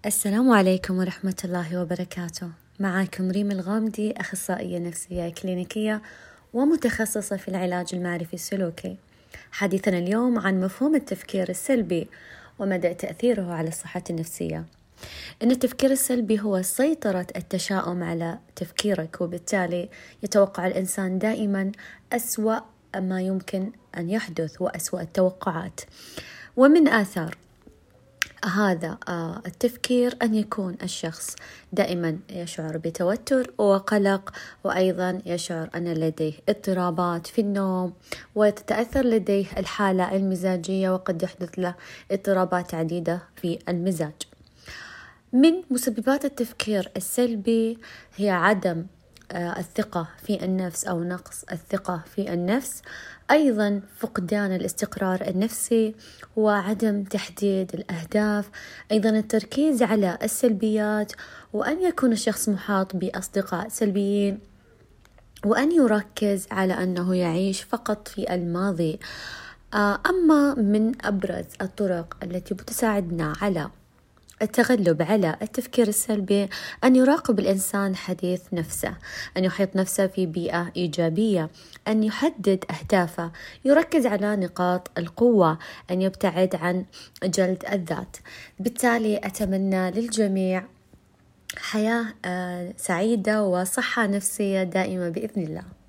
السلام عليكم ورحمة الله وبركاته. معكم ريم الغامدي، أخصائية نفسية كلينيكية ومتخصصة في العلاج المعرفي السلوكي. حديثنا اليوم عن مفهوم التفكير السلبي ومدى تأثيره على الصحة النفسية. إن التفكير السلبي هو سيطرة التشاؤم على تفكيرك، وبالتالي يتوقع الإنسان دائما أسوأ ما يمكن أن يحدث وأسوأ التوقعات. ومن آثار هذا التفكير أن يكون الشخص دائما يشعر بتوتر وقلق، وأيضا يشعر أن لديه اضطرابات في النوم، وتتأثر لديه الحالة المزاجية، وقد يحدث له اضطرابات عديدة في المزاج. من مسببات التفكير السلبي هي عدم الثقة في النفس أو نقص الثقة في النفس، أيضا فقدان الاستقرار النفسي وعدم تحديد الأهداف، أيضا التركيز على السلبيات، وأن يكون الشخص محاط بأصدقاء سلبيين، وأن يركز على أنه يعيش فقط في الماضي. أما من أبرز الطرق التي بتساعدنا على التغلب على التفكير السلبي أن يراقب الإنسان حديث نفسه، أن يحيط نفسه في بيئة إيجابية، أن يحدد أهدافه، يركز على نقاط القوة، أن يبتعد عن جلد الذات. بالتالي أتمنى للجميع حياة سعيدة وصحة نفسية دائمة بإذن الله.